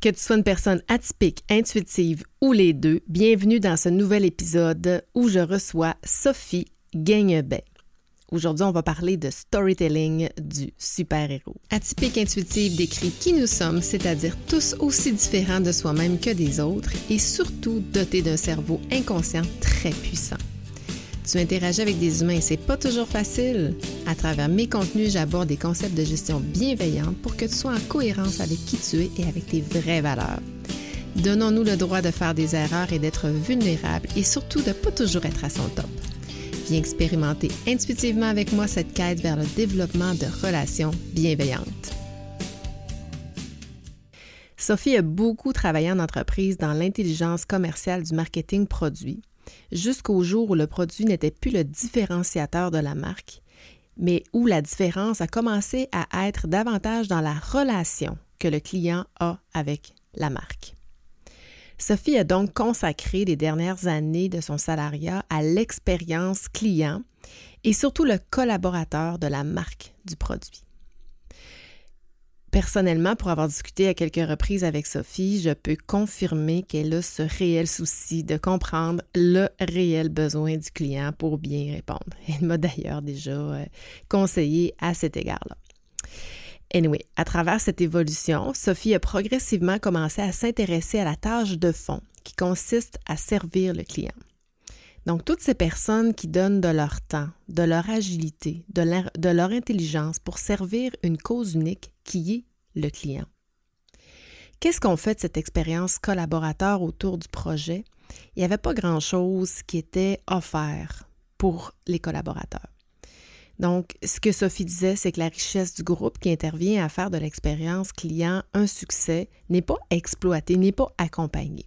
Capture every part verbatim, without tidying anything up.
Que tu sois une personne atypique, intuitive ou les deux, bienvenue dans ce nouvel épisode où je reçois Sophie Guignebet. Aujourd'hui, on va parler de storytelling du super-héros. Atypique intuitive décrit qui nous sommes, c'est-à-dire tous aussi différents de soi-même que des autres et surtout dotés d'un cerveau inconscient très puissant. Tu interagis avec des humains et c'est pas toujours facile. À travers mes contenus, j'aborde des concepts de gestion bienveillante pour que tu sois en cohérence avec qui tu es et avec tes vraies valeurs. Donnons-nous le droit de faire des erreurs et d'être vulnérables et surtout de pas toujours être à son top. Viens expérimenter intuitivement avec moi cette quête vers le développement de relations bienveillantes. Sophie a beaucoup travaillé en entreprise dans l'intelligence commerciale du marketing produit, jusqu'au jour où le produit n'était plus le différenciateur de la marque, mais où la différence a commencé à être davantage dans la relation que le client a avec la marque. Sophie a donc consacré les dernières années de son salariat à l'expérience client et surtout le collaborateur de la marque du produit. Personnellement, pour avoir discuté à quelques reprises avec Sophie, je peux confirmer qu'elle a ce réel souci de comprendre le réel besoin du client pour bien répondre. Elle m'a d'ailleurs déjà euh, conseillé à cet égard-là. Anyway, à travers cette évolution, Sophie a progressivement commencé à s'intéresser à la tâche de fond qui consiste à servir le client. Donc, toutes ces personnes qui donnent de leur temps, de leur agilité, de leur, de leur intelligence pour servir une cause unique qui est le client. Qu'est-ce qu'on fait de cette expérience collaborateur autour du projet? Il n'y avait pas grand-chose qui était offert pour les collaborateurs. Donc, ce que Sophie disait, c'est que la richesse du groupe qui intervient à faire de l'expérience client un succès n'est pas exploitée, n'est pas accompagnée.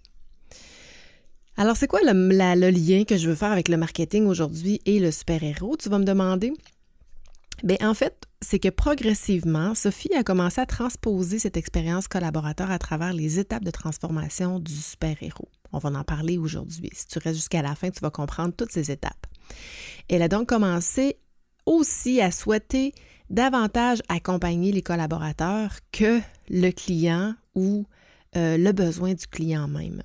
Alors, c'est quoi le, la, le lien que je veux faire avec le marketing aujourd'hui et le super-héros, tu vas me demander? Bien, en fait, c'est que progressivement, Sophie a commencé à transposer cette expérience collaborateur à travers les étapes de transformation du super-héros. On va en parler aujourd'hui. Si tu restes jusqu'à la fin, tu vas comprendre toutes ces étapes. Elle a donc commencé aussi à souhaiter davantage accompagner les collaborateurs que le client ou euh, le besoin du client même.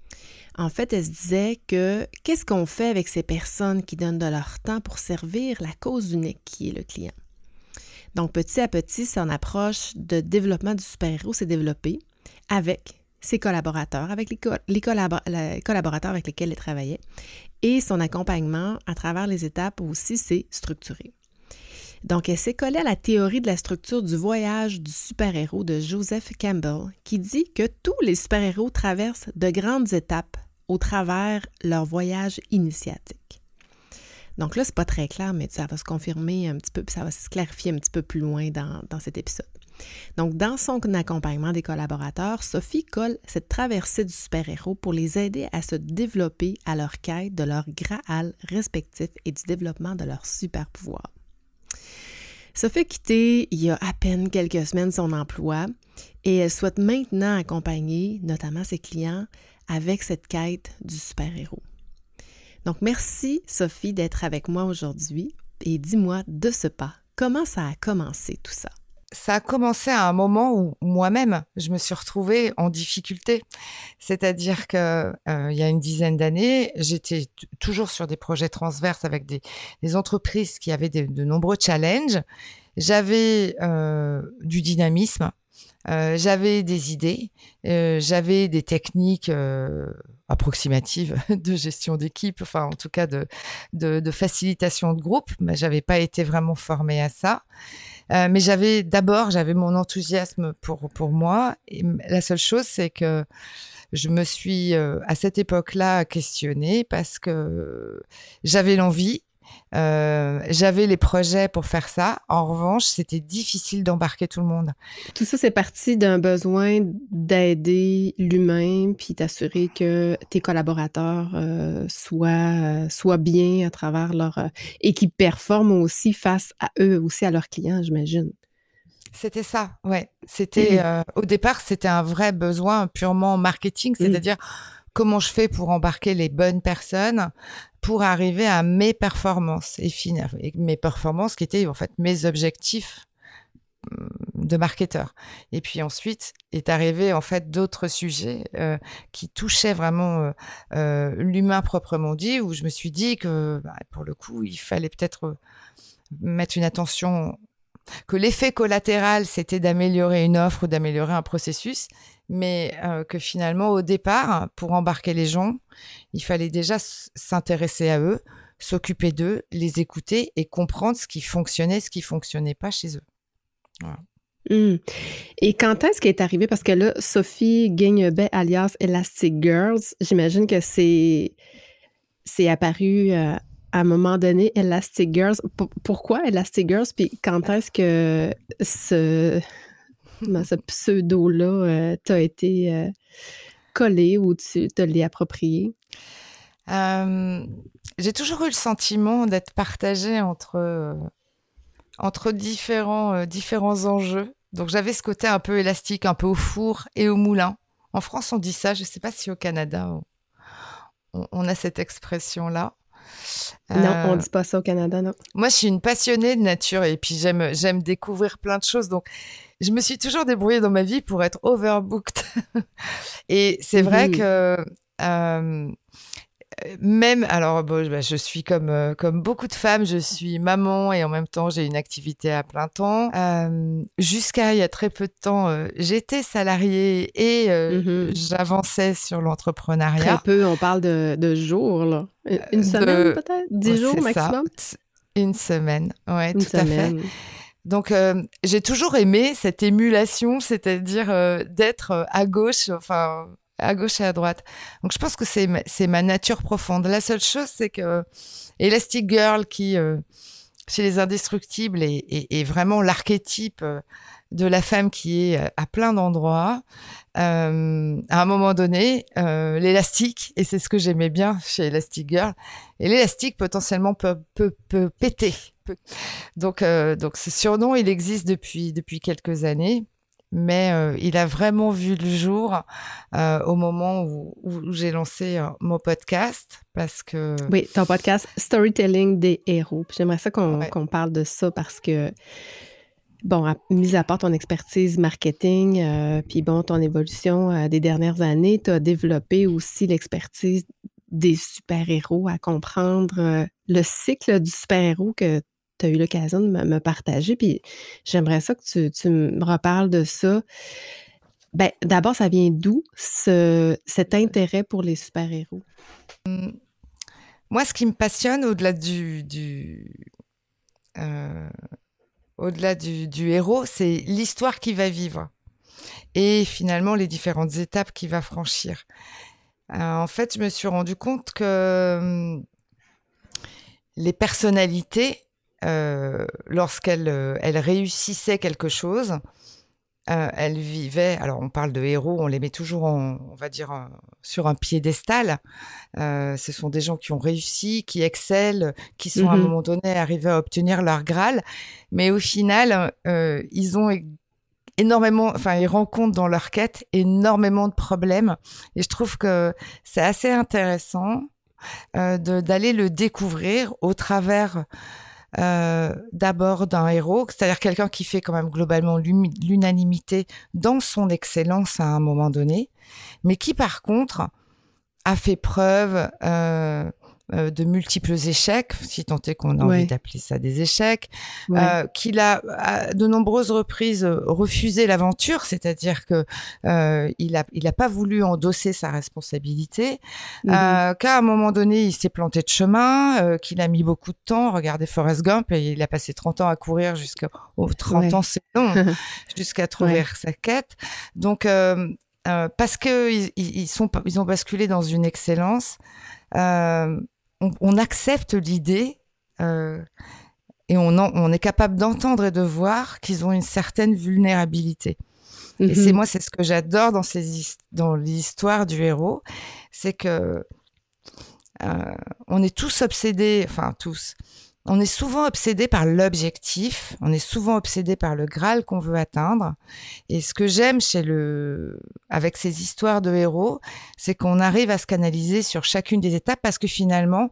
En fait, elle se disait que qu'est-ce qu'on fait avec ces personnes qui donnent de leur temps pour servir la cause unique qui est le client? Donc, petit à petit, son approche de développement du super-héros s'est développée avec ses collaborateurs, avec les, co- les, collabor- les collaborateurs avec lesquels elle travaillait, et son accompagnement à travers les étapes aussi s'est structuré. Donc, elle s'est collée à la théorie de la structure du voyage du super-héros de Joseph Campbell, qui dit que tous les super-héros traversent de grandes étapes au travers leur voyage initiatique. Donc là, c'est pas très clair, mais ça va se confirmer un petit peu, puis ça va se clarifier un petit peu plus loin dans, dans cet épisode. Donc, dans son accompagnement des collaborateurs, Sophie colle cette traversée du super-héros pour les aider à se développer à leur quête de leur Graal respectif et du développement de leur super-pouvoir. Sophie a quitté il y a à peine quelques semaines son emploi et elle souhaite maintenant accompagner notamment ses clients avec cette quête du super-héros. Donc, merci Sophie d'être avec moi aujourd'hui et dis-moi de ce pas, comment ça a commencé tout ça? Ça a commencé à un moment où moi-même, je me suis retrouvée en difficulté. C'est-à-dire que euh, il y a une dizaine d'années, j'étais t- toujours sur des projets transverses avec des, des entreprises qui avaient des, de nombreux challenges. J'avais euh, du dynamisme, euh, j'avais des idées, euh, j'avais des techniques euh, approximatives de gestion d'équipe, enfin en tout cas de, de, de facilitation de groupe. Mais j'avais pas été vraiment formée à ça. Euh, mais j'avais d'abord, j'avais mon enthousiasme pour pour moi. Et la seule chose, c'est que je me suis euh, à cette époque-là questionnée parce que j'avais l'envie, euh, j'avais les projets pour faire ça. En revanche, c'était difficile d'embarquer tout le monde. Tout ça, c'est parti d'un besoin d'aider l'humain puis t'assurer que tes collaborateurs euh, soient, euh, soient bien à travers leur... Euh, et qu'ils performent aussi face à eux, aussi à leurs clients, j'imagine. C'était ça, ouais. C'était euh, au départ, c'était un vrai besoin purement marketing, c'est-à-dire comment je fais pour embarquer les bonnes personnes pour arriver à mes performances et finir mes performances qui étaient en fait mes objectifs de marketeur. Et puis ensuite est arrivé en fait d'autres sujets euh, qui touchaient vraiment euh, euh, l'humain proprement dit, où je me suis dit que bah, pour le coup il fallait peut-être mettre une attention, que l'effet collatéral c'était d'améliorer une offre ou d'améliorer un processus, mais euh, que finalement au départ, pour embarquer les gens, il fallait déjà s- s'intéresser à eux, s'occuper d'eux, les écouter et comprendre ce qui fonctionnait, ce qui fonctionnait pas chez eux. Voilà. Mm. Et quand est-ce qu'elle est arrivée? Parce que là, Sophie Guignebet, alias Elastic Girls, j'imagine que c'est, c'est apparu euh, à un moment donné, Elastic Girls. P- pourquoi Elastic Girls? Puis quand est-ce que ce, ben, ce pseudo-là euh, t'a été euh, collé ou tu te l'es approprié? Euh, j'ai toujours eu le sentiment d'être partagée entre, euh, entre différents, euh, différents enjeux. Donc j'avais ce côté un peu élastique, un peu au four et au moulin. En France, on dit ça. Je ne sais pas si au Canada, on, on a cette expression-là. Non, on Euh, dit pas ça au Canada, non. moi, je suis une passionnée de nature et puis j'aime, j'aime découvrir plein de choses. Donc, je me suis toujours débrouillée dans ma vie pour être overbooked. Et c'est vrai Mhm. que euh, même, alors bon, bah, je suis comme, euh, comme beaucoup de femmes, je suis maman et en même temps j'ai une activité à plein temps. Euh, jusqu'à il y a très peu de temps, euh, j'étais salariée et euh, Mhm. j'avançais sur Très l'entrepreneuriat. peu, on parle de, de jours, là. Une une semaine, De, peut-être? ouais, Dix jours c'est ça, maximum? t- une semaine, ouais, Une tout à fait. semaine. Donc euh, j'ai toujours aimé cette émulation, c'est-à-dire euh, d'être euh, à gauche, enfin à gauche et à droite. Donc je pense que c'est ma, c'est ma nature profonde. La seule chose, c'est que Elastic Girl, qui euh, chez les Indestructibles est, est, est vraiment l'archétype euh, de la femme qui est euh, à plein d'endroits. Euh, à un moment donné, euh, l'élastique, et c'est ce que j'aimais bien chez Elastic Girl, et l'élastique potentiellement peut, peut, peut péter. Peut. Donc, euh, donc ce surnom, il existe depuis, depuis quelques années, mais euh, il a vraiment vu le jour euh, au moment où, où j'ai lancé euh, mon podcast, parce que... Oui, ton podcast Storytelling des héros. Puis j'aimerais ça qu'on Ouais, qu'on parle de ça parce que, bon, à, mis à part ton expertise marketing, euh, puis bon, ton évolution euh, des dernières années, tu as développé aussi l'expertise des super-héros, à comprendre euh, le cycle du super-héros que tu as eu l'occasion de me, me partager. Puis j'aimerais ça que tu, tu me reparles de ça. Ben, d'abord, ça vient d'où ce, cet intérêt pour les super-héros? moi, ce qui me passionne au-delà du, du, euh, au-delà du, du héros, c'est l'histoire qu'il va vivre et finalement les différentes étapes qu'il va franchir. Euh, en fait, je me suis rendu compte que hum, les personnalités, euh, lorsqu'elles euh, elles réussissaient quelque chose, euh, elles vivaient. Alors, on parle de héros, on les met toujours, en, on va dire, en- sur un piédestal. Euh, ce sont des gens qui ont réussi, qui excellent, qui sont à un Mhm. moment donné arrivés à obtenir leur Graal, mais au final, euh, ils ont énormément, enfin, ils rencontrent dans leur quête énormément de problèmes. Et je trouve que c'est assez intéressant euh, de, d'aller le découvrir au travers euh, d'abord d'un héros, c'est-à-dire quelqu'un qui fait quand même globalement l'unanimité dans son excellence à un moment donné, mais qui par contre a fait preuve euh, euh, de multiples échecs, si tant est qu'on a envie Ouais, d'appeler ça des échecs, ouais. euh, qu'il a à de nombreuses reprises refusé l'aventure, c'est-à-dire que euh, il a il a pas voulu endosser sa responsabilité, Mhm. euh, qu'à un moment donné il s'est planté de chemin, euh, qu'il a mis beaucoup de temps. Regardez Forrest Gump, et il a passé trente ans à courir jusqu'à oh, trente ans, Ouais. c'est long, jusqu'à trouver Ouais. sa quête. Donc euh, euh, parce que ils, ils, sont, ils ont basculé dans une excellence, euh, on, on accepte l'idée euh, et on, en, on est capable d'entendre et de voir qu'ils ont une certaine vulnérabilité. Et c'est Mhm. moi, c'est ce que j'adore dans, ces, dans l'histoire du héros, c'est que euh, on est tous obsédés, enfin tous, on est souvent obsédé par l'objectif, on est souvent obsédé par le Graal qu'on veut atteindre. Et ce que j'aime chez le, avec ces histoires de héros, c'est qu'on arrive à se canaliser sur chacune des étapes parce que finalement,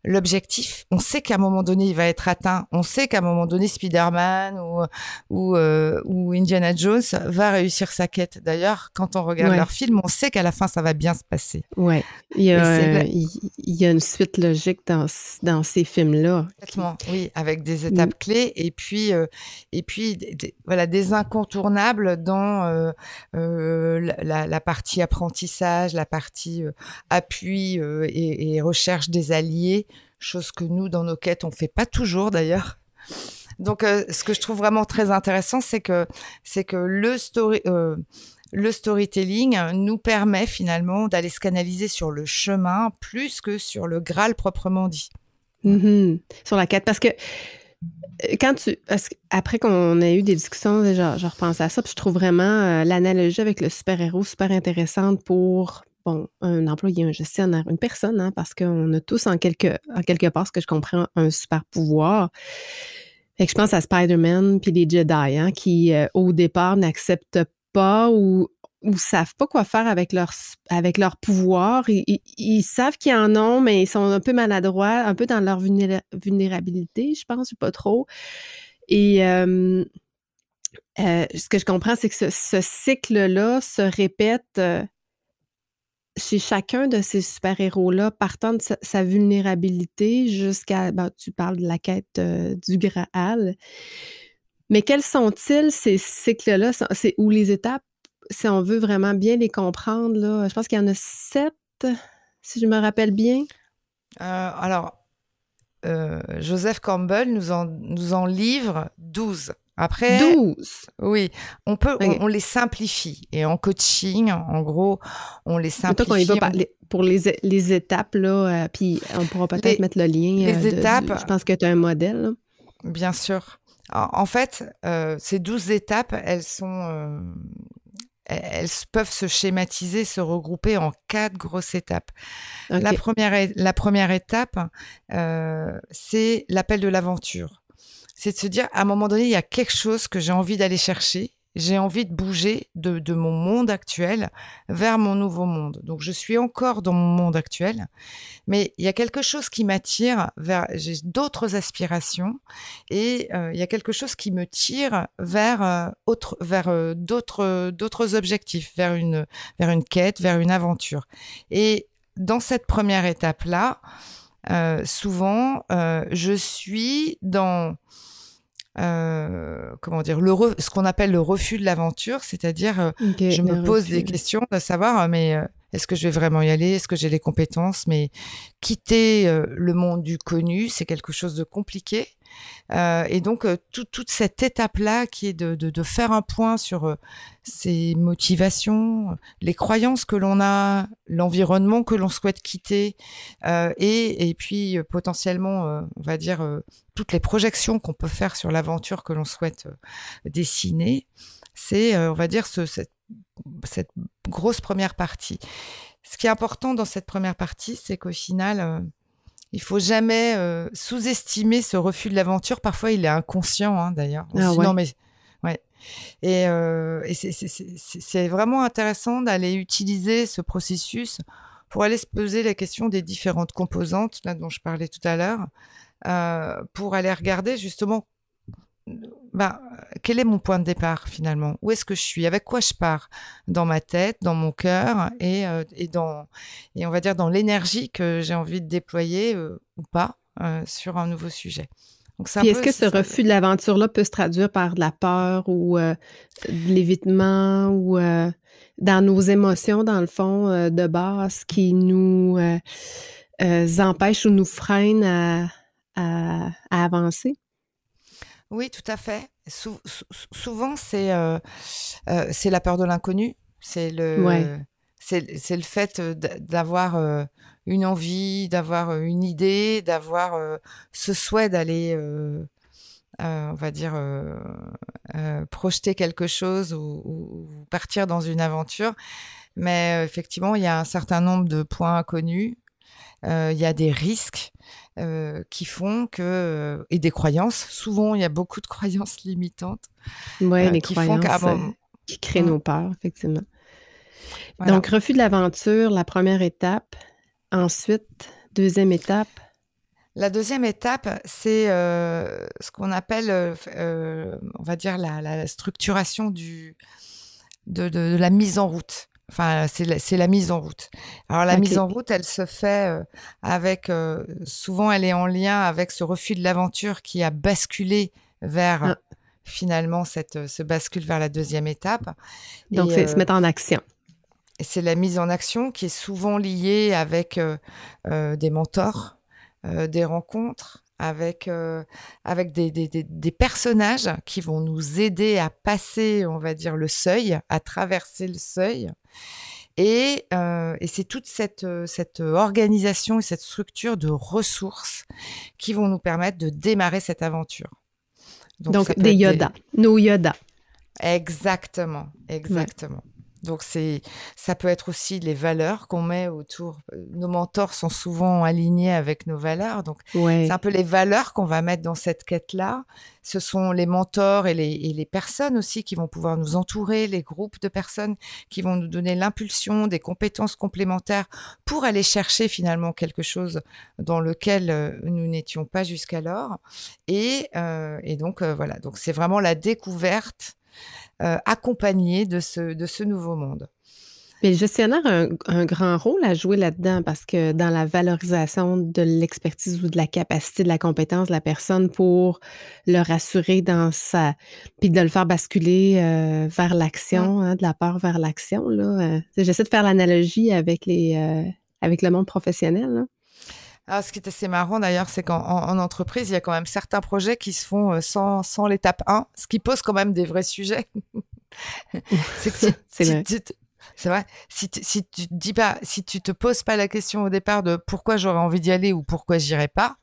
l'objectif. On sait qu'à un moment donné, il va être atteint. On sait qu'à un moment donné, Spider-Man ou ou, euh, ou Indiana Jones va réussir sa quête. D'ailleurs, quand on regarde Ouais. leurs films, on sait qu'à la fin, ça va bien se passer. Ouais. Il y Et a, c'est un- là- il, il y a une suite logique dans, c- dans ces films-là. qui- Complètement, oui, avec des Mm. étapes clés et puis euh, et puis des, des- voilà des incontournables dans euh, euh, la, la- la partie apprentissage, la partie euh, appui euh, et, et recherche des alliés, chose que nous dans nos quêtes on fait pas toujours d'ailleurs. Donc euh, ce que je trouve vraiment très intéressant, c'est que c'est que le story euh, le storytelling nous permet finalement d'aller se canaliser sur le chemin plus que sur le Graal proprement dit. Mhm. Sur la quête. Parce que euh, quand tu. Parce que après qu'on a eu des discussions, je, je repense à ça, puis je trouve vraiment euh, l'analogie avec le super-héros super intéressante pour. Bon, un employé, un gestionnaire, une personne, hein, parce qu'on a tous en quelque, en quelque part, ce que je comprends, un super pouvoir. Fait que je pense à Spider-Man puis les Jedi, hein, qui, euh, au départ, n'acceptent pas ou ou savent pas quoi faire avec leur s- avec leur pouvoir. Ils, ils- ils savent qu'ils en ont, mais ils sont un peu maladroits, un peu dans leur vulnéra- vulnérabilité, je pense, je sais pas trop. Et euh, euh, ce que je comprends, c'est que ce, ce cycle-là se répète euh, chez chacun de ces super-héros-là, partant de sa, sa vulnérabilité jusqu'à, ben, tu parles de la quête euh, du Graal. Mais quels sont-ils, ces cycles-là? C'est où les étapes, si on veut vraiment bien les comprendre, là? Je pense qu'il y en a sept, si je me rappelle bien. Euh, alors euh, Joseph Campbell nous en, nous en livre douze. Après, Douze. oui, on peut, on, OK. on les simplifie. Et en coaching, en gros, on les Mettons qu'on y va simplifie. par On- les- pour les, é- les étapes, là, euh, puis on pourra peut-être les, mettre le lien euh, les de, du... Je étapes, pense que tu as un modèle, là. bien sûr. En, en fait, euh, ces douze étapes, elles sont, euh, elles, elles peuvent se schématiser, se regrouper en quatre grosses étapes. La OK. première, é- la première étape, euh, c'est l'appel de l'aventure. C'est de se dire, à un moment donné, il y a quelque chose que j'ai envie d'aller chercher. J'ai envie de bouger de, de mon monde actuel vers mon nouveau monde. Donc, je suis encore dans mon monde actuel, mais il y a quelque chose qui m'attire vers, j'ai d'autres aspirations et euh, il y a quelque chose qui me tire vers euh, autre, vers euh, d'autres, d'autres objectifs, vers une, vers une quête, vers une aventure. Et dans cette première étape-là, euh, souvent, euh, je suis dans euh, comment dire, le re- ce qu'on appelle le refus de l'aventure, c'est-à-dire euh, OK, je me le pose des refus. questions de savoir, euh, mais euh, est-ce que je vais vraiment y aller? Est-ce que j'ai les compétences? Mais quitter euh, le monde du connu, c'est quelque chose de compliqué. Euh, et donc, euh, tout- toute cette étape-là qui est de, de, de faire un point sur euh, ses motivations, les croyances que l'on a, l'environnement que l'on souhaite quitter, euh, et, et puis euh, potentiellement, euh, on va dire, euh, toutes les projections qu'on peut faire sur l'aventure que l'on souhaite euh, dessiner, c'est, euh, on va dire, ce, cette, cette grosse première partie. Ce qui est important dans cette première partie, c'est qu'au final, euh, il faut jamais euh, sous-estimer ce refus de l'aventure. Parfois, il est inconscient, hein, d'ailleurs. On se Ah dit non, ouais. mais ouais. Et, euh, et c'est, c'est, c'est, c'est vraiment intéressant d'aller utiliser ce processus pour aller se poser la question des différentes composantes, là dont je parlais tout à l'heure, euh, pour aller regarder justement, ben, quel est mon point de départ finalement? Où est-ce que je suis? Avec quoi je pars? Dans ma tête, dans mon cœur et, euh, et, dans, et on va dire dans l'énergie que j'ai envie de déployer euh, ou pas euh, sur un nouveau sujet. Donc c'est un Puis est-ce peu... que c'est ce ça. refus de l'aventure-là peut se traduire par de la peur ou euh, de l'évitement ou euh, dans nos émotions, dans le fond, euh, de base, qui nous euh, euh, empêchent ou nous freinent à, à, à avancer? Oui, tout à fait. Sou- sou- souvent, c'est euh, euh, c'est la peur de l'inconnu. C'est Ouais. le, c'est, c'est le fait d- d'avoir euh, une envie, d'avoir euh, une idée, d'avoir euh, ce souhait d'aller, euh, euh, on va dire, euh, euh, projeter quelque chose ou, ou- ou partir dans une aventure. Mais euh, effectivement, il y a un certain nombre de points inconnus. Euh, Il y a des risques euh, qui font que euh, et des croyances. Souvent, il y a beaucoup de croyances limitantes Oui, euh, les qui font qu'à un croyances euh, moment, qui créent Mm, nos peurs, effectivement. voilà. Donc, refus de l'aventure, la première étape. Ensuite, deuxième étape. La deuxième étape, c'est euh, ce qu'on appelle, euh, euh, on va dire, la, la structuration du, de, de, de la mise en route. Enfin, c'est la, c'est la mise en route. Alors, la mise OK. en route, elle se fait euh, avec, euh, souvent, elle est en lien avec ce refus de l'aventure qui a basculé vers, Ah, finalement, cette, ce bascule vers la deuxième étape. donc, Et, c'est se euh, mettre en action. et c'est la mise en action qui est souvent liée avec euh, euh, des mentors, euh, des rencontres, avec, euh, avec des, des, des, des personnages qui vont nous aider à passer, on va dire, le seuil, à traverser le seuil. Et, euh, et c'est toute cette, euh, cette organisation et cette structure de ressources qui vont nous permettre de démarrer cette aventure. Donc, Donc, ça peut des être Yoda, des... nos Yoda. Exactement, Ouais. exactement. Donc c'est, ça peut être aussi les valeurs qu'on met autour. Nos mentors sont souvent alignés avec nos valeurs, donc c'est Ouais. un peu les valeurs qu'on va mettre dans cette quête-là. Ce sont les mentors et les, et les personnes aussi qui vont pouvoir nous entourer, les groupes de personnes qui vont nous donner l'impulsion, des compétences complémentaires pour aller chercher finalement quelque chose dans lequel euh, nous n'étions pas jusqu'alors. Et, euh, et donc euh, voilà, donc c'est vraiment la découverte euh, accompagné de ce, de ce nouveau monde. Mais le gestionnaire a un, un grand rôle à jouer là-dedans parce que dans la valorisation de l'expertise ou de la capacité, de la compétence de la personne pour le rassurer dans sa... puis de le faire basculer euh, vers Mm. l'action, hein, de la peur vers l'action, là. Euh, j'essaie de faire l'analogie avec les euh, avec le monde professionnel, là. Ah, ce qui est assez marrant d'ailleurs, c'est qu'en en, en entreprise, il y a quand même certains projets qui se font euh, sans, sans l'étape un, ce qui pose quand même des vrais sujets. C'est que si, C'est si vrai. tu te- c'est vrai, si tu, si tu te dis pas, si tu te poses pas la question au départ de pourquoi j'aurais envie d'y aller ou pourquoi j'irai pas,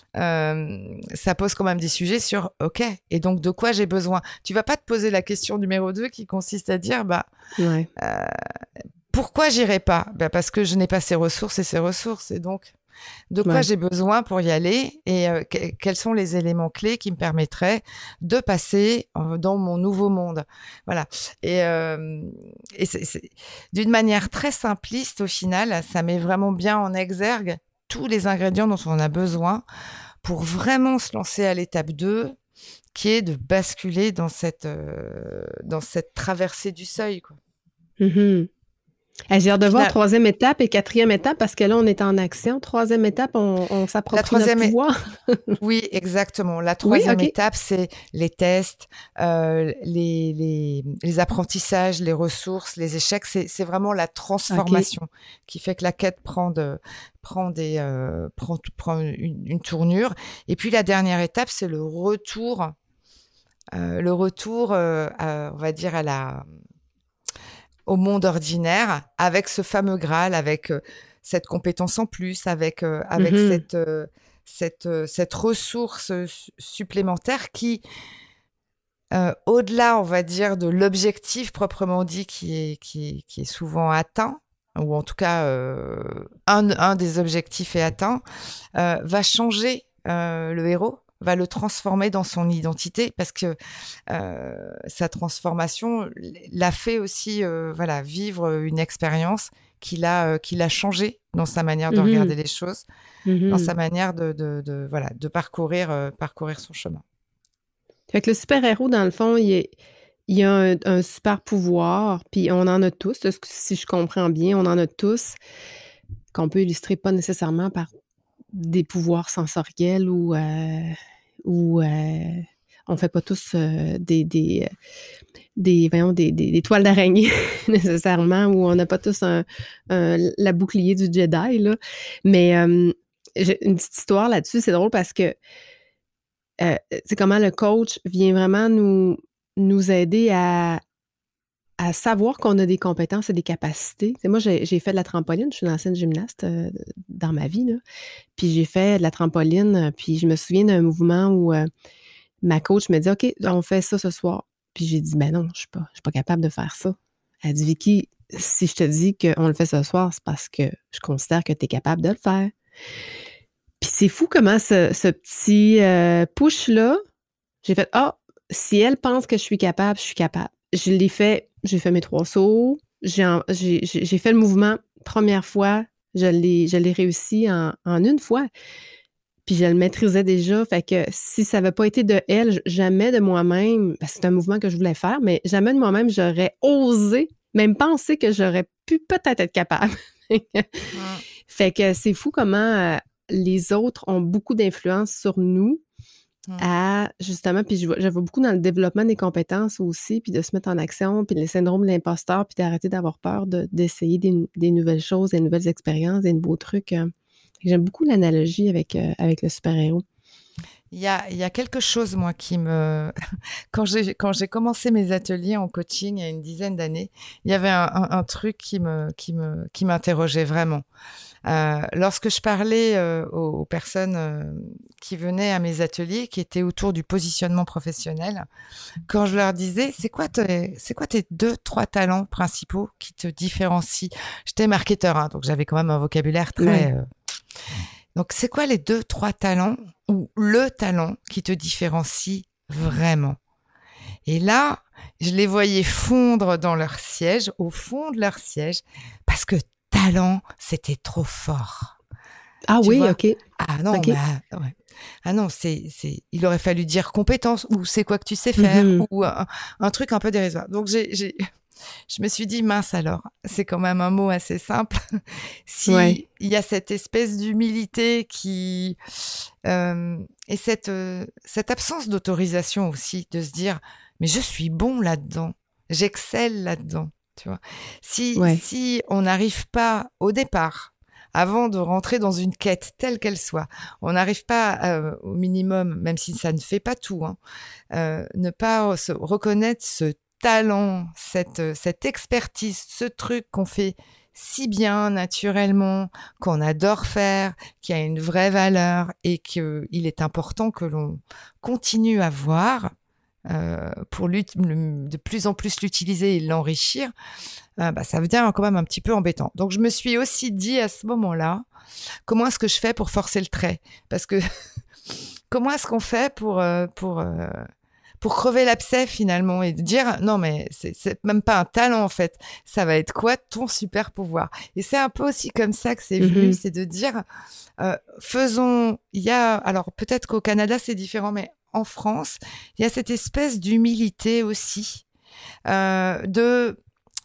euh, ça pose quand même des sujets sur OK, et donc de quoi j'ai besoin. Tu vas pas te poser la question numéro deux qui consiste à dire bah Ouais. euh, pourquoi j'irai pas? Bah parce que je n'ai pas ces ressources et ces ressources, et donc de quoi Ouais. j'ai besoin pour y aller, et euh, que- quels sont les éléments clés qui me permettraient de passer euh, dans mon nouveau monde. Voilà. Et, euh, et c'est, c'est- d'une manière très simpliste, au final, ça met vraiment bien en exergue tous les ingrédients dont on a besoin pour vraiment se lancer à l'étape deux, qui est de basculer dans cette, euh, dans cette traversée du seuil, quoi. Mhm. Eh, j'ai hâte de voir Final, troisième étape et quatrième étape parce que là, on est en action. Troisième étape, on, on la s'approprie notre troisième, pouvoir. oui, exactement. La Oui, troisième OK. étape, c'est les tests, euh, les, les, les apprentissages, les ressources, les échecs. C'est, c'est vraiment la OK. transformation qui fait que la quête prend, de, prend, des, euh, prend, prend une, une tournure. Et puis la dernière étape, c'est le retour, euh, le retour, euh, à- on va dire, à la, au monde ordinaire, avec ce fameux Graal, avec euh, cette compétence en plus, avec, euh, avec Mhm. cette, euh, cette, euh, cette ressource euh, su- supplémentaire qui, euh, au-delà, on va dire, de l'objectif proprement dit qui est, qui est, qui est souvent atteint, ou en tout cas euh, un, un des objectifs est atteint, euh, va changer euh, le héros, va le transformer dans son identité, parce que euh, sa transformation l'a fait aussi euh, voilà, vivre une expérience qui l'a, euh, qui l'a changé dans sa manière de Mhm. regarder les choses, dans Mhm. sa manière de, de, de, voilà, de parcourir, euh, parcourir son chemin. Fait que le super-héros, dans le fond, il, est- il a un, un super pouvoir, puis on en a tous, est-ce que- si je comprends bien, on en a tous, qu'on peut illustrer pas nécessairement par des pouvoirs sensoriels ou, euh, ou euh, on fait pas tous euh, des, des, des, voyons, des, des, des toiles d'araignée nécessairement, ou on n'a pas tous un, un- la bouclier du Jedi, là. Mais euh, j'ai une petite histoire là-dessus, c'est drôle parce que euh, c'est comment le coach vient vraiment nous, nous aider à, à savoir qu'on a des compétences et des capacités. Tu sais, moi, j'ai, j'ai fait de la trampoline, je suis une ancienne gymnaste euh, dans ma vie, là. Puis j'ai fait de la trampoline, euh, puis je me souviens d'un mouvement où euh, ma coach me dit OK, on fait ça ce soir. Puis j'ai dit ben non, je suis pas, je suis pas capable de faire ça. Elle dit Vicky, si je te dis qu'on le fait ce soir, c'est parce que je considère que tu es capable de le faire. Puis c'est fou comment ce, ce petit euh, push-là, j'ai fait ah, si elle pense que je suis capable, je suis capable. Je l'ai fait, j'ai fait mes trois sauts, j'ai, en- j'ai, j'ai j'ai fait le mouvement première fois, je l'ai, je l'ai réussi en, en une fois. Puis je le maîtrisais déjà. Fait que si ça n'avait pas été de elle, jamais de moi-même, parce que c'est un mouvement que je voulais faire, mais jamais de moi-même, j'aurais osé, même penser que j'aurais pu peut-être être capable. Fait que c'est fou comment euh, les autres ont beaucoup d'influence sur nous. À, justement, puis je vois, je vois beaucoup dans le développement des compétences aussi, puis de se mettre en action, puis le syndrome de l'imposteur, puis d'arrêter d'avoir peur de, d'essayer des, des nouvelles choses, des nouvelles expériences, des nouveaux trucs. Euh. J'aime beaucoup l'analogie avec, euh, avec le super-héros. Il y a, il y a quelque chose, moi, qui me... Quand j'ai, quand j'ai commencé mes ateliers en coaching il y a une dizaine d'années, il y avait un, un, un truc qui, me, qui, me, qui m'interrogeait vraiment. Euh, lorsque je parlais euh, aux, aux personnes euh, qui venaient à mes ateliers, qui étaient autour du positionnement professionnel, quand je leur disais, c'est quoi, tes, c'est quoi tes deux, trois talents principaux qui te différencient? J'étais marketeur, hein, donc j'avais quand même un vocabulaire très... Ouais. Euh... Donc, c'est quoi les deux, trois talents ou le talent qui te différencie vraiment? Et là, je les voyais fondre dans leur siège, au fond de leur siège, parce que talent, c'était trop fort. Ah tu oui, vois? OK. Ah non, okay. Bah, ouais. Ah non, c'est, c'est, il aurait fallu dire compétence ou c'est quoi que tu sais faire mm-hmm. ou un, un truc un peu dérisoire. Donc, j'ai, j'ai, je me suis dit, mince alors, c'est quand même un mot assez simple. Si ouais. il y a cette espèce d'humilité qui, euh, et cette, euh, cette absence d'autorisation aussi, de se dire, mais je suis bon là-dedans, j'excelle là-dedans. Tu vois, si, ouais. si on n'arrive pas au départ, avant de rentrer dans une quête telle qu'elle soit, on n'arrive pas euh, au minimum, même si ça ne fait pas tout, hein, euh, ne pas se reconnaître ce talent, cette, cette expertise, ce truc qu'on fait si bien naturellement, qu'on adore faire, qui a une vraie valeur et qu'il est important que l'on continue à voir. Euh, pour de plus en plus l'utiliser et l'enrichir, euh, bah, ça devient quand même un petit peu embêtant. Donc, je me suis aussi dit à ce moment-là, comment est-ce que je fais pour forcer le trait ? Parce que comment est-ce qu'on fait pour, euh, pour, euh, pour crever l'abcès finalement et dire non, mais c'est, c'est même pas un talent en fait, ça va être quoi ton super pouvoir ? Et c'est un peu aussi comme ça que c'est venu, mm-hmm. c'est de dire euh, faisons, il y a, alors peut-être qu'au Canada c'est différent, mais en France, il y a cette espèce d'humilité aussi, euh, de,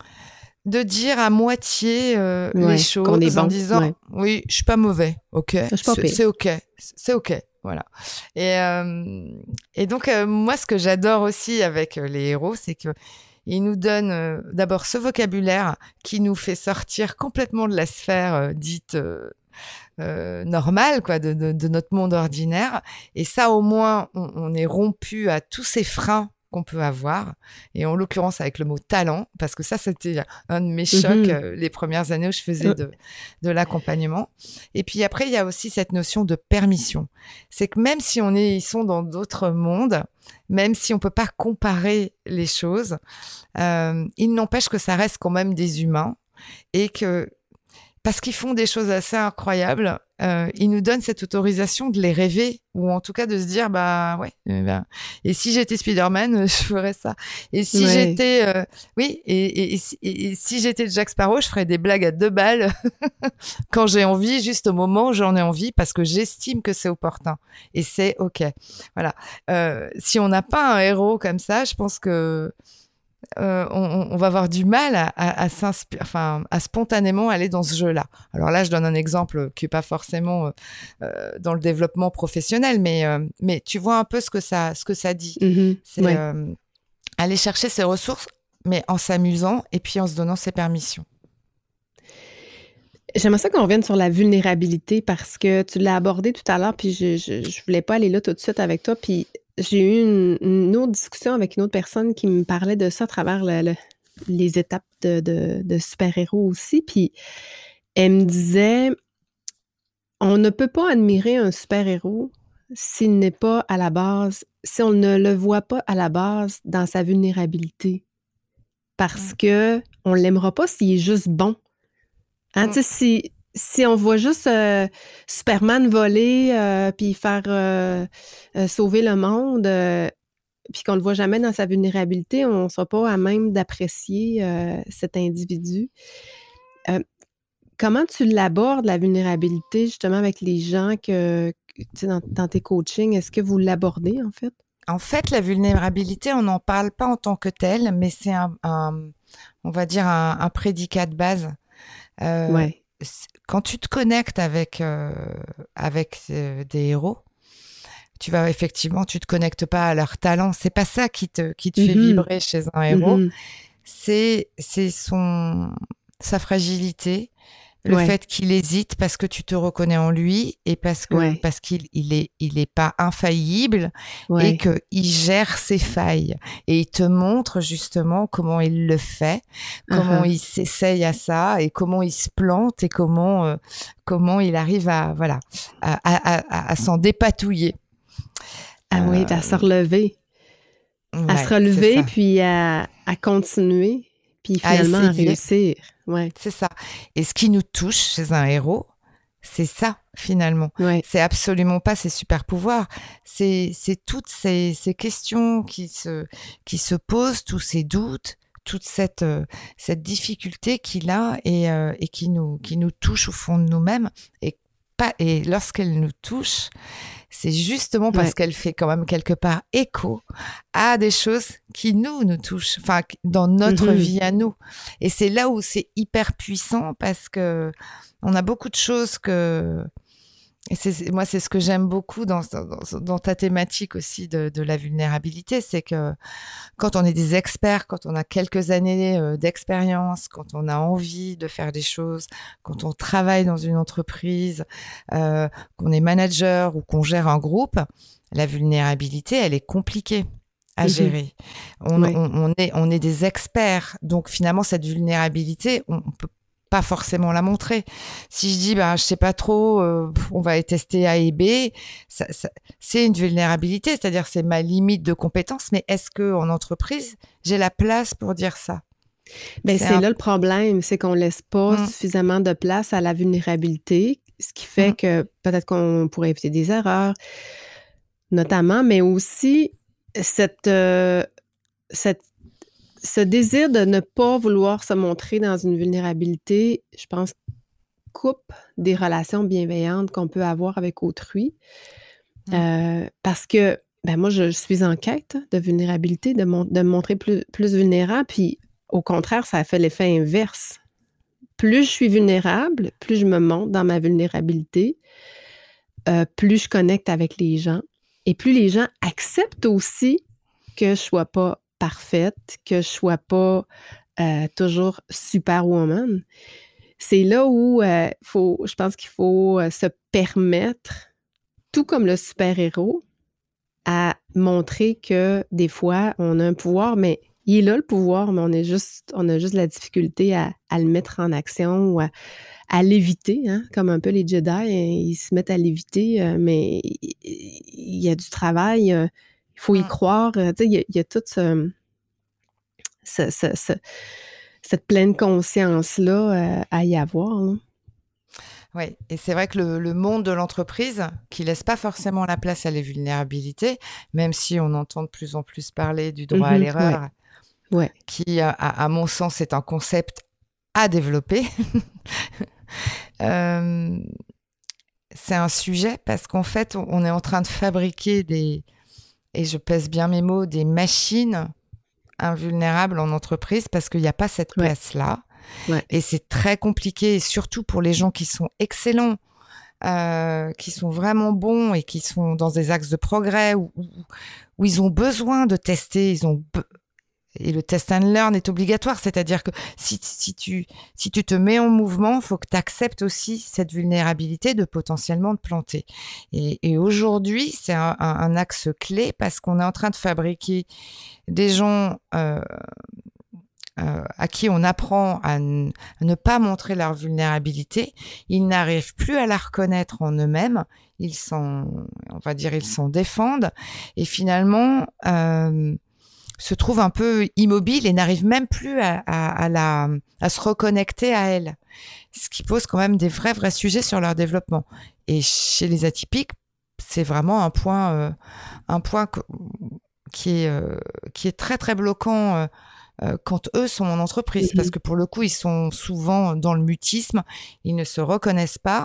de dire à moitié euh, ouais, les choses en bon, disant ouais. oui, je suis pas mauvais, ok, c'est, c'est ok, c'est ok, voilà. Et, euh, et donc, euh, moi, ce que j'adore aussi avec euh, les héros, c'est que ils nous donnent euh, d'abord ce vocabulaire qui nous fait sortir complètement de la sphère euh, dite... Euh, Euh, normal quoi de, de, de notre monde ordinaire et ça au moins on, on est rompu à tous ces freins qu'on peut avoir et en l'occurrence avec le mot talent parce que ça c'était un de mes chocs mm-hmm. euh, les premières années où je faisais de, de l'accompagnement et puis après il y a aussi cette notion de permission, c'est que même si on est ils sont dans d'autres mondes, même si on peut pas comparer les choses, euh, il n'empêche que ça reste quand même des humains et que parce qu'ils font des choses assez incroyables, euh, ils nous donnent cette autorisation de les rêver, ou en tout cas de se dire, bah ouais, euh, bah, et si j'étais Spider-Man, je ferais ça. Et si ouais. j'étais, euh, oui, et, et, et, et, et si j'étais Jack Sparrow, je ferais des blagues à deux balles quand j'ai envie, juste au moment où j'en ai envie, parce que j'estime que c'est opportun. Et c'est OK. Voilà. Euh, si on n'a pas un héros comme ça, je pense que Euh, on, on va avoir du mal à, à, à, enfin, à spontanément aller dans ce jeu-là. Alors là, je donne un exemple qui n'est pas forcément euh, dans le développement professionnel, mais, euh, mais tu vois un peu ce que ça, ce que ça dit. Mm-hmm. C'est ouais. euh, aller chercher ses ressources, mais en s'amusant et puis en se donnant ses permissions. J'aimerais ça qu'on revienne sur la vulnérabilité parce que tu l'as abordé tout à l'heure, puis je, je, je voulais pas aller là tout de suite avec toi, puis j'ai eu une, une autre discussion avec une autre personne qui me parlait de ça à travers le, le, les étapes de, de, de super-héros aussi. Puis elle me disait, on ne peut pas admirer un super-héros s'il n'est pas à la base, si on ne le voit pas à la base dans sa vulnérabilité. Parce que on l'aimera pas s'il est juste bon. Hein, tu sais, si... Si on voit juste euh, Superman voler euh, puis faire euh, euh, sauver le monde, euh, puis qu'on le voit jamais dans sa vulnérabilité, on ne sera pas à même d'apprécier euh, cet individu. Euh, comment tu l'abordes, la vulnérabilité, justement, avec les gens que, tu sais, dans, dans tes coachings, est-ce que vous l'abordez, en fait? En fait, la vulnérabilité, on n'en parle pas en tant que telle, mais c'est un, un on va dire, un, un prédicat de base. Euh, Ouais. Quand tu te connectes avec, euh, avec euh, des héros, tu vas effectivement, tu te connectes pas à leur talent. C'est pas ça qui te, qui te fait Mhm. vibrer chez un héros. Mhm. C'est, c'est son, sa fragilité, le Ouais. fait qu'il hésite parce que tu te reconnais en lui et parce que, Ouais. parce qu'il, il est, il est pas infaillible et Ouais. que il gère ses failles et il te montre justement comment il le fait, comment Uh-huh. il s'essaye à ça et comment il se plante et comment, euh, comment il arrive à, voilà, à, à, à, à s'en dépatouiller. Ah oui, puis à se Euh, relever. À se ouais, c'est relever, ça. puis à, à continuer, puis À finalement à essayer. réussir. Ouais. C'est ça. Et ce qui nous touche chez un héros, c'est ça, finalement. Ouais. C'est absolument pas ses super pouvoirs. C'est, c'est toutes ces, ces questions qui se, qui se posent, tous ces doutes, toute cette, euh, cette difficulté qu'il a et, euh, et qui nous, qui nous touche au fond de nous-mêmes. Et pas, et lorsqu'elle nous touche, c'est justement parce Ouais. qu'elle fait quand même quelque part écho à des choses qui nous, nous touchent, enfin, dans notre Mhm. vie à nous. Et c'est là où c'est hyper puissant parce que on a beaucoup de choses que, et c'est, moi, c'est ce que j'aime beaucoup dans, dans, dans ta thématique aussi de, de la vulnérabilité, c'est que quand on est des experts, quand on a quelques années euh, d'expérience, quand on a envie de faire des choses, quand on travaille dans une entreprise, euh, qu'on est manager ou qu'on gère un groupe, la vulnérabilité, elle est compliquée à Mhm. gérer. On, Ouais. on, on est, on est des experts, donc finalement cette vulnérabilité, on, on peut pas forcément la montrer. Si je dis, ben, je sais pas trop, euh, on va tester A et B, ça, ça, c'est une vulnérabilité, c'est-à-dire c'est ma limite de compétence, mais est-ce que en entreprise, j'ai la place pour dire ça? Ben, C'est c'est un... là le problème, c'est qu'on laisse pas Mm, suffisamment de place à la vulnérabilité, ce qui mm, fait que peut-être qu'on pourrait éviter des erreurs, notamment, mais aussi cette, euh, cette, ce désir de ne pas vouloir se montrer dans une vulnérabilité, je pense, coupe des relations bienveillantes qu'on peut avoir avec autrui. mm. Euh, parce que ben moi, je suis en quête de vulnérabilité, de, mon- de me montrer plus, plus vulnérable, puis au contraire, ça a fait l'effet inverse. Plus je suis vulnérable, plus je me montre dans ma vulnérabilité, euh, plus je connecte avec les gens et plus les gens acceptent aussi que je sois pas parfaite, que je sois pas euh, toujours superwoman. C'est là où euh, faut, je pense qu'il faut euh, se permettre, tout comme le super-héros, à montrer que des fois, on a un pouvoir, mais il est là le pouvoir, mais on, est juste, on a juste la difficulté à, à le mettre en action ou à, à l'éviter, hein, comme un peu les Jedi, hein, ils se mettent à l'éviter, euh, mais il il y a du travail, euh, il faut y Mm. croire, euh, tu sais, il y a, il y a toute ce, ce- ce- ce- cette pleine conscience-là euh, à y avoir, là. Oui, et c'est vrai que le, le monde de l'entreprise, qui laisse pas forcément la place à les vulnérabilités, même si on entend de plus en plus parler du droit à Mhm, ouais, l'erreur, ouais. qui, à, à mon sens, est un concept à développer. euh, c'est un sujet parce qu'en fait, on est en train de fabriquer des, et je pèse bien mes mots, des machines invulnérables en entreprise parce qu'il n'y a pas cette Ouais, place-là. ouais. Et c'est très compliqué, et surtout pour les gens qui sont excellents, euh, qui sont vraiment bons et qui sont dans des axes de progrès où, où, où ils ont besoin de tester, ils ont be- et le test and learn est obligatoire, c'est-à-dire que si, si, tu, si tu te mets en mouvement, il faut que tu acceptes aussi cette vulnérabilité de potentiellement te planter. Et, et aujourd'hui, c'est un, un, un axe clé parce qu'on est en train de fabriquer des gens euh, euh, à qui on apprend à, n- à ne pas montrer leur vulnérabilité. Ils n'arrivent plus à la reconnaître en eux-mêmes. Ils s'en, on va dire, ils s'en défendent. Et finalement, euh, se trouvent un peu immobiles et n'arrivent même plus à, à, à, la, à se reconnecter à elle. Ce qui pose quand même des vrais, vrais sujets sur leur développement. Et chez les atypiques, c'est vraiment un point, euh, un point que, qui, est, euh, qui est très, très bloquant euh, euh, quand eux sont en entreprise. Parce Mhm. que pour le coup, ils sont souvent dans le mutisme, ils ne se reconnaissent pas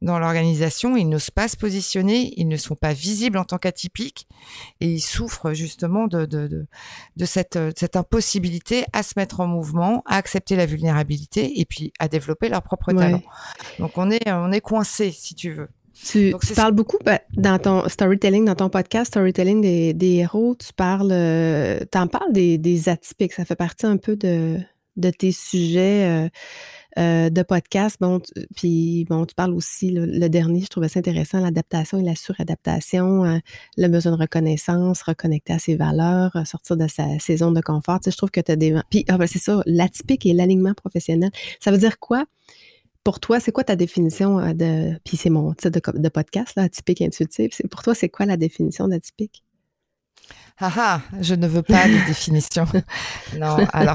dans l'organisation, ils n'osent pas se positionner, ils ne sont pas visibles en tant qu'atypiques et ils souffrent justement de, de, de, de cette, cette impossibilité à se mettre en mouvement, à accepter la vulnérabilité et puis à développer leur propre Ouais. talent. Donc on est, on est coincé, si tu veux. Tu, Donc, tu c'est parles beaucoup ben, dans ton storytelling, dans ton podcast Storytelling des, des héros, tu parles, euh, t'en parles des, des atypiques, ça fait partie un peu de, de tes sujets euh, euh, de podcast. Bon, tu- puis bon, tu parles aussi, le, le dernier, je trouvais ça intéressant, l'adaptation et la suradaptation, euh, le besoin de reconnaissance, reconnecter à ses valeurs, euh, sortir de sa, ses zones de confort. Tu sais, je trouve que tu as des... Puis, ah ben, c'est ça, l'atypique et l'alignement professionnel. Ça veut dire quoi? Pour toi, c'est quoi ta définition euh, de... Puis c'est mon titre de, co- de podcast, là, atypique intuitif. C'est, pour toi, c'est quoi la définition d'atypique? Ah ah, je ne veux pas de définition. Non, alors,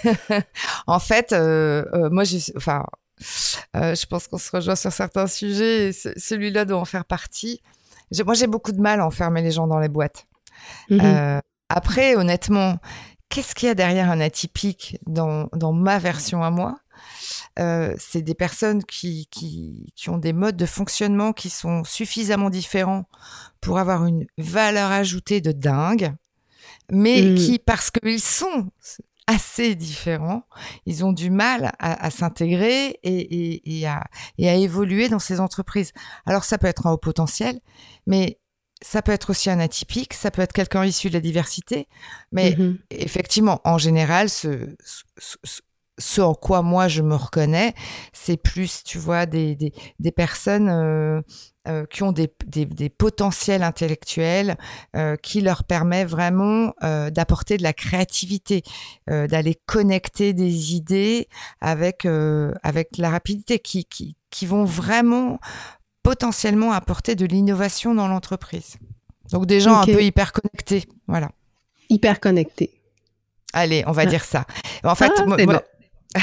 en fait, euh, euh, moi, j'ai, enfin, euh, je pense qu'on se rejoint sur certains sujets et ce- celui-là doit en faire partie. J'ai- moi, j'ai beaucoup de mal à enfermer les gens dans les boîtes. Mhm. Euh, après, honnêtement, qu'est-ce qu'il y a derrière un atypique dans, dans ma version à moi? Euh, c'est des personnes qui, qui, qui ont des modes de fonctionnement qui sont suffisamment différents pour avoir une valeur ajoutée de dingue, mais Mm. qui, parce qu'ils sont assez différents, ils ont du mal à, à s'intégrer et, et, et, à, et à évoluer dans ces entreprises. Alors ça peut être un haut potentiel, mais ça peut être aussi un atypique, ça peut être quelqu'un issu de la diversité, mais Mhm. effectivement, en général, ce, ce, ce, ce en quoi moi je me reconnais, c'est plus, tu vois, des, des, des personnes euh, euh, qui ont des, des, des potentiels intellectuels euh, qui leur permet vraiment euh, d'apporter de la créativité, euh, d'aller connecter des idées avec, euh, avec la rapidité, qui, qui, qui vont vraiment potentiellement apporter de l'innovation dans l'entreprise. Donc des gens OK. un peu hyper connectés, voilà. Hyper connecté. Allez, on va Ah. dire ça. En fait, Ah, moi, c'est moi- bon.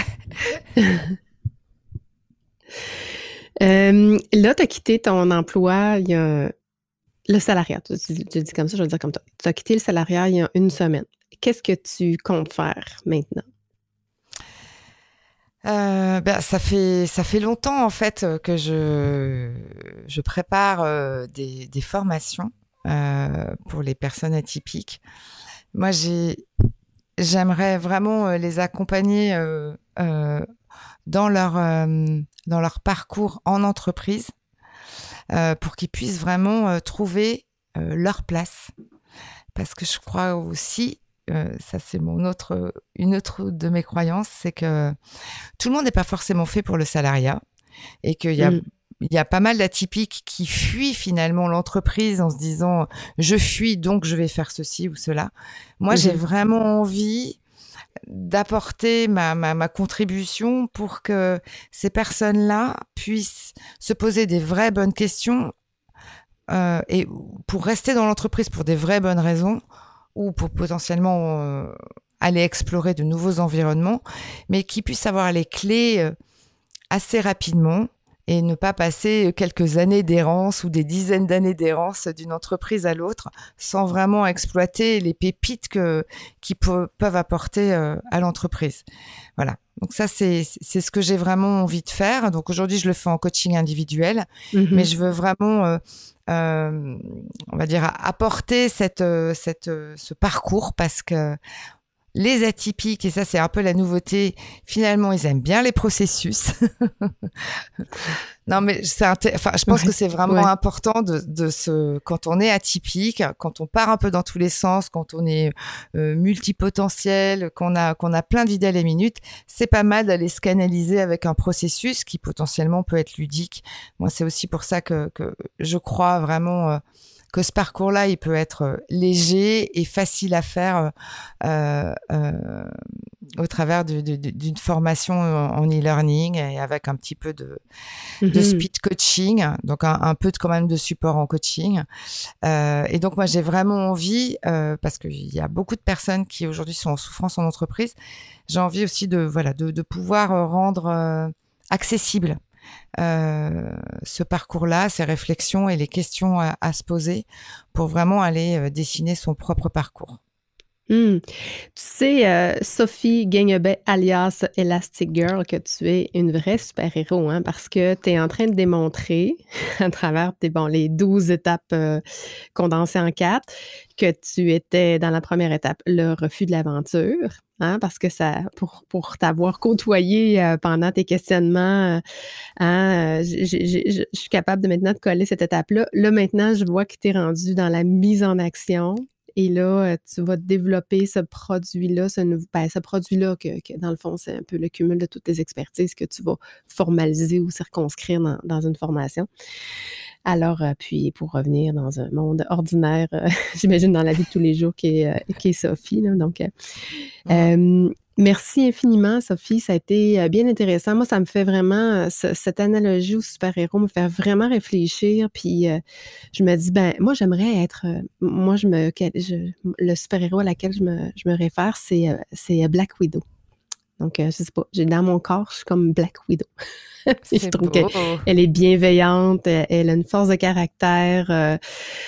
Euh, là, tu as quitté ton emploi il y a le salariat. Tu, tu- tu dis comme ça, je vais le dire comme toi. Tu as quitté le salariat il y a une semaine. Qu'est-ce que tu comptes faire maintenant? Euh, ben, ça fait ça fait longtemps en fait euh, que je je prépare euh, des, des formations euh, pour les personnes atypiques. Moi, j'ai j'aimerais vraiment euh, les accompagner euh, euh, dans leur euh, dans leur parcours en entreprise euh, pour qu'ils puissent vraiment euh, trouver euh, leur place. Parce que je crois aussi, euh, ça c'est mon autre une autre de mes croyances, c'est que tout le monde n'est pas forcément fait pour le salariat et qu'il y a, Mm. il y a pas mal d'atypiques qui fuient finalement l'entreprise en se disant je fuis donc je vais faire ceci ou cela. Moi, Mhm. j'ai vraiment envie d'apporter ma, ma, ma contribution pour que ces personnes-là puissent se poser des vraies bonnes questions euh, et pour rester dans l'entreprise pour des vraies bonnes raisons ou pour potentiellement euh, aller explorer de nouveaux environnements, mais qui puissent avoir les clés euh, assez rapidement et ne pas passer quelques années d'errance ou des dizaines d'années d'errance d'une entreprise à l'autre sans vraiment exploiter les pépites que, qui pe- peuvent apporter euh, à l'entreprise. Voilà. Donc ça, c'est, c'est ce que j'ai vraiment envie de faire. Donc aujourd'hui, je le fais en coaching individuel, Mhm. mais je veux vraiment, euh, euh, on va dire, apporter cette, euh, cette, euh, ce parcours parce que les atypiques, et ça c'est un peu la nouveauté, finalement ils aiment bien les processus. Non mais c'est inté- enfin, je pense Ouais. que c'est vraiment Ouais. important de, de se, quand on est atypique, quand on part un peu dans tous les sens, quand on est euh, multipotentiel, qu'on a, qu'on a plein d'idées à la minute, c'est pas mal d'aller se canaliser avec un processus qui potentiellement peut être ludique. Moi c'est aussi pour ça que, que je crois vraiment euh, que ce parcours-là, il peut être euh, léger et facile à faire euh, euh, au travers de- de- de- d'une formation en en e-learning et avec un petit peu de, de Mhm. speed coaching, donc un, un peu de, quand même de support en coaching. Euh, et donc moi, j'ai vraiment envie, euh, parce qu'il y a beaucoup de personnes qui aujourd'hui sont en souffrance en entreprise, j'ai envie aussi de, voilà, de, de pouvoir euh, rendre euh, accessible euh, ce parcours-là, ces réflexions et les questions à, à se poser pour vraiment aller euh, dessiner son propre parcours. Mmh. Tu sais, euh, Sophie Guignebet, alias Elastic Girl, que tu es une vraie super-héros, hein, parce que tu es en train de démontrer, à travers tes, bon, les douze étapes euh, condensées en quatre, que tu étais dans la première étape, le refus de l'aventure, hein, parce que ça, pour, pour t'avoir côtoyé euh, pendant tes questionnements, euh, hein, euh, j'ai- j'ai- je je suis capable de maintenant de coller cette étape-là. Là, maintenant, je vois que tu es rendu dans la mise en action. Et là, euh, tu vas développer ce produit-là, ce, nouveau- ben, ce produit-là que, que, dans le fond, c'est un peu le cumul de toutes tes expertises que tu vas formaliser ou circonscrire dans, dans une formation. Alors, euh, puis pour revenir dans un monde ordinaire, euh, j'imagine dans la vie de tous les jours qui est, euh, qui est Sophie. Là, donc, euh, Mhm. euh, merci infiniment, Sophie. Ça a été euh, bien intéressant. Moi, ça me fait vraiment, euh, ce- cette analogie au super-héros me fait vraiment réfléchir. Puis, euh, je me dis, ben, moi, j'aimerais être, euh, moi, je me, quel- je- le super-héros à laquelle je me, je me réfère, c'est, euh, c'est Black Widow. Donc, euh, je sais pas, j'ai dans mon corps, je suis comme Black Widow. Et je C'est trouve qu'elle beau. elle est bienveillante, elle, elle a une force de caractère, euh,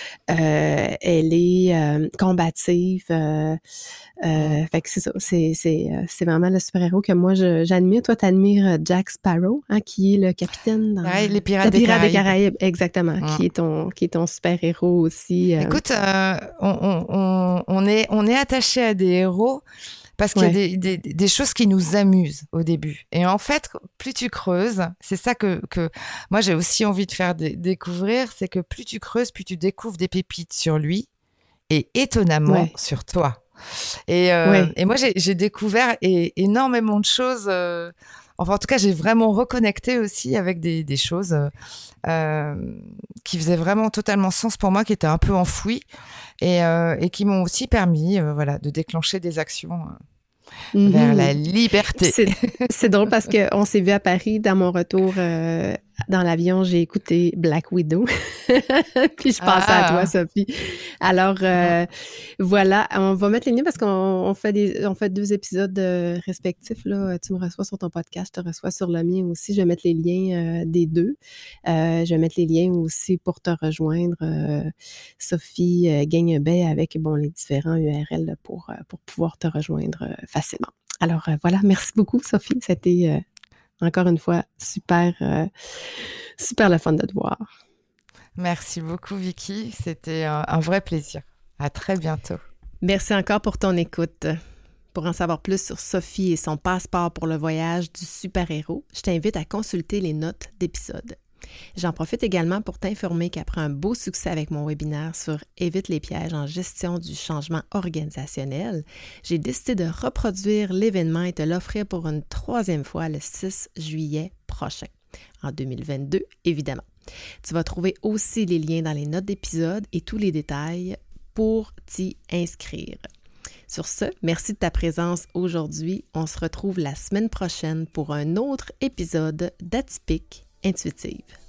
euh, elle est euh, combative. Euh, Mm. euh, fait que c'est ça, c'est, c'est, euh, c'est vraiment le super-héros que moi je- j'admire. Toi, t'admires euh, Jack Sparrow, hein, qui est le capitaine dans Ouais, les le Pirates des Pirate des Caraïbes. Caraïbes, exactement, Mm. qui est ton, qui est ton super-héros aussi. euh. Écoute, euh, on, on, on, on est, on est attaché à des héros parce qu'il y a Ouais, des, des, des choses qui nous amusent au début. Et en fait, plus tu creuses, c'est ça que, que moi j'ai aussi envie de faire dé- découvrir, c'est que plus tu creuses, plus tu découvres des pépites sur lui et étonnamment ouais, sur toi. Et, euh, ouais. et moi, j'ai j'ai découvert é- énormément de choses. euh, enfin, en tout cas, j'ai vraiment reconnecté aussi avec des, des choses euh, euh, qui faisaient vraiment totalement sens pour moi, qui étaient un peu enfouies et, euh, et qui m'ont aussi permis euh, voilà, de déclencher des actions euh, vers la Mhm. Puis liberté. c'est, c'est drôle parce qu'on s'est vu à Paris dans mon retour euh, dans l'avion, j'ai écouté Black Widow. Puis je pensais à toi, Ah, Sophie. Alors mm, euh, voilà, on va mettre les liens parce qu'on on fait des, on fait deux épisodes euh, respectifs là. Tu me reçois sur ton podcast, je te reçois sur le mien aussi. Je vais mettre les liens euh, des deux. Euh, je vais mettre les liens aussi pour te rejoindre, euh, Sophie euh, Guignebet, avec bon les différents U R L là, pour euh, pour pouvoir te rejoindre euh, facilement. Alors euh, voilà, merci beaucoup, Sophie. C'était euh, encore une fois super, euh, super le fun de te voir. merci beaucoup, Vicky. C'était un, un vrai plaisir. À très bientôt. Merci encore pour ton écoute. Pour en savoir plus sur Sophie et son passeport pour le voyage du super-héros, je t'invite à consulter les notes d'épisode. J'en profite également pour t'informer qu'après un beau succès avec mon webinaire sur Évite les pièges en gestion du changement organisationnel, j'ai décidé de reproduire l'événement et te l'offrir pour une troisième fois le six juillet prochain, en deux mille vingt-deux, évidemment. Tu vas trouver aussi les liens dans les notes d'épisode et tous les détails pour t'y inscrire. Sur ce, merci de ta présence aujourd'hui. On se retrouve la semaine prochaine pour un autre épisode d'Atypique Intuitive.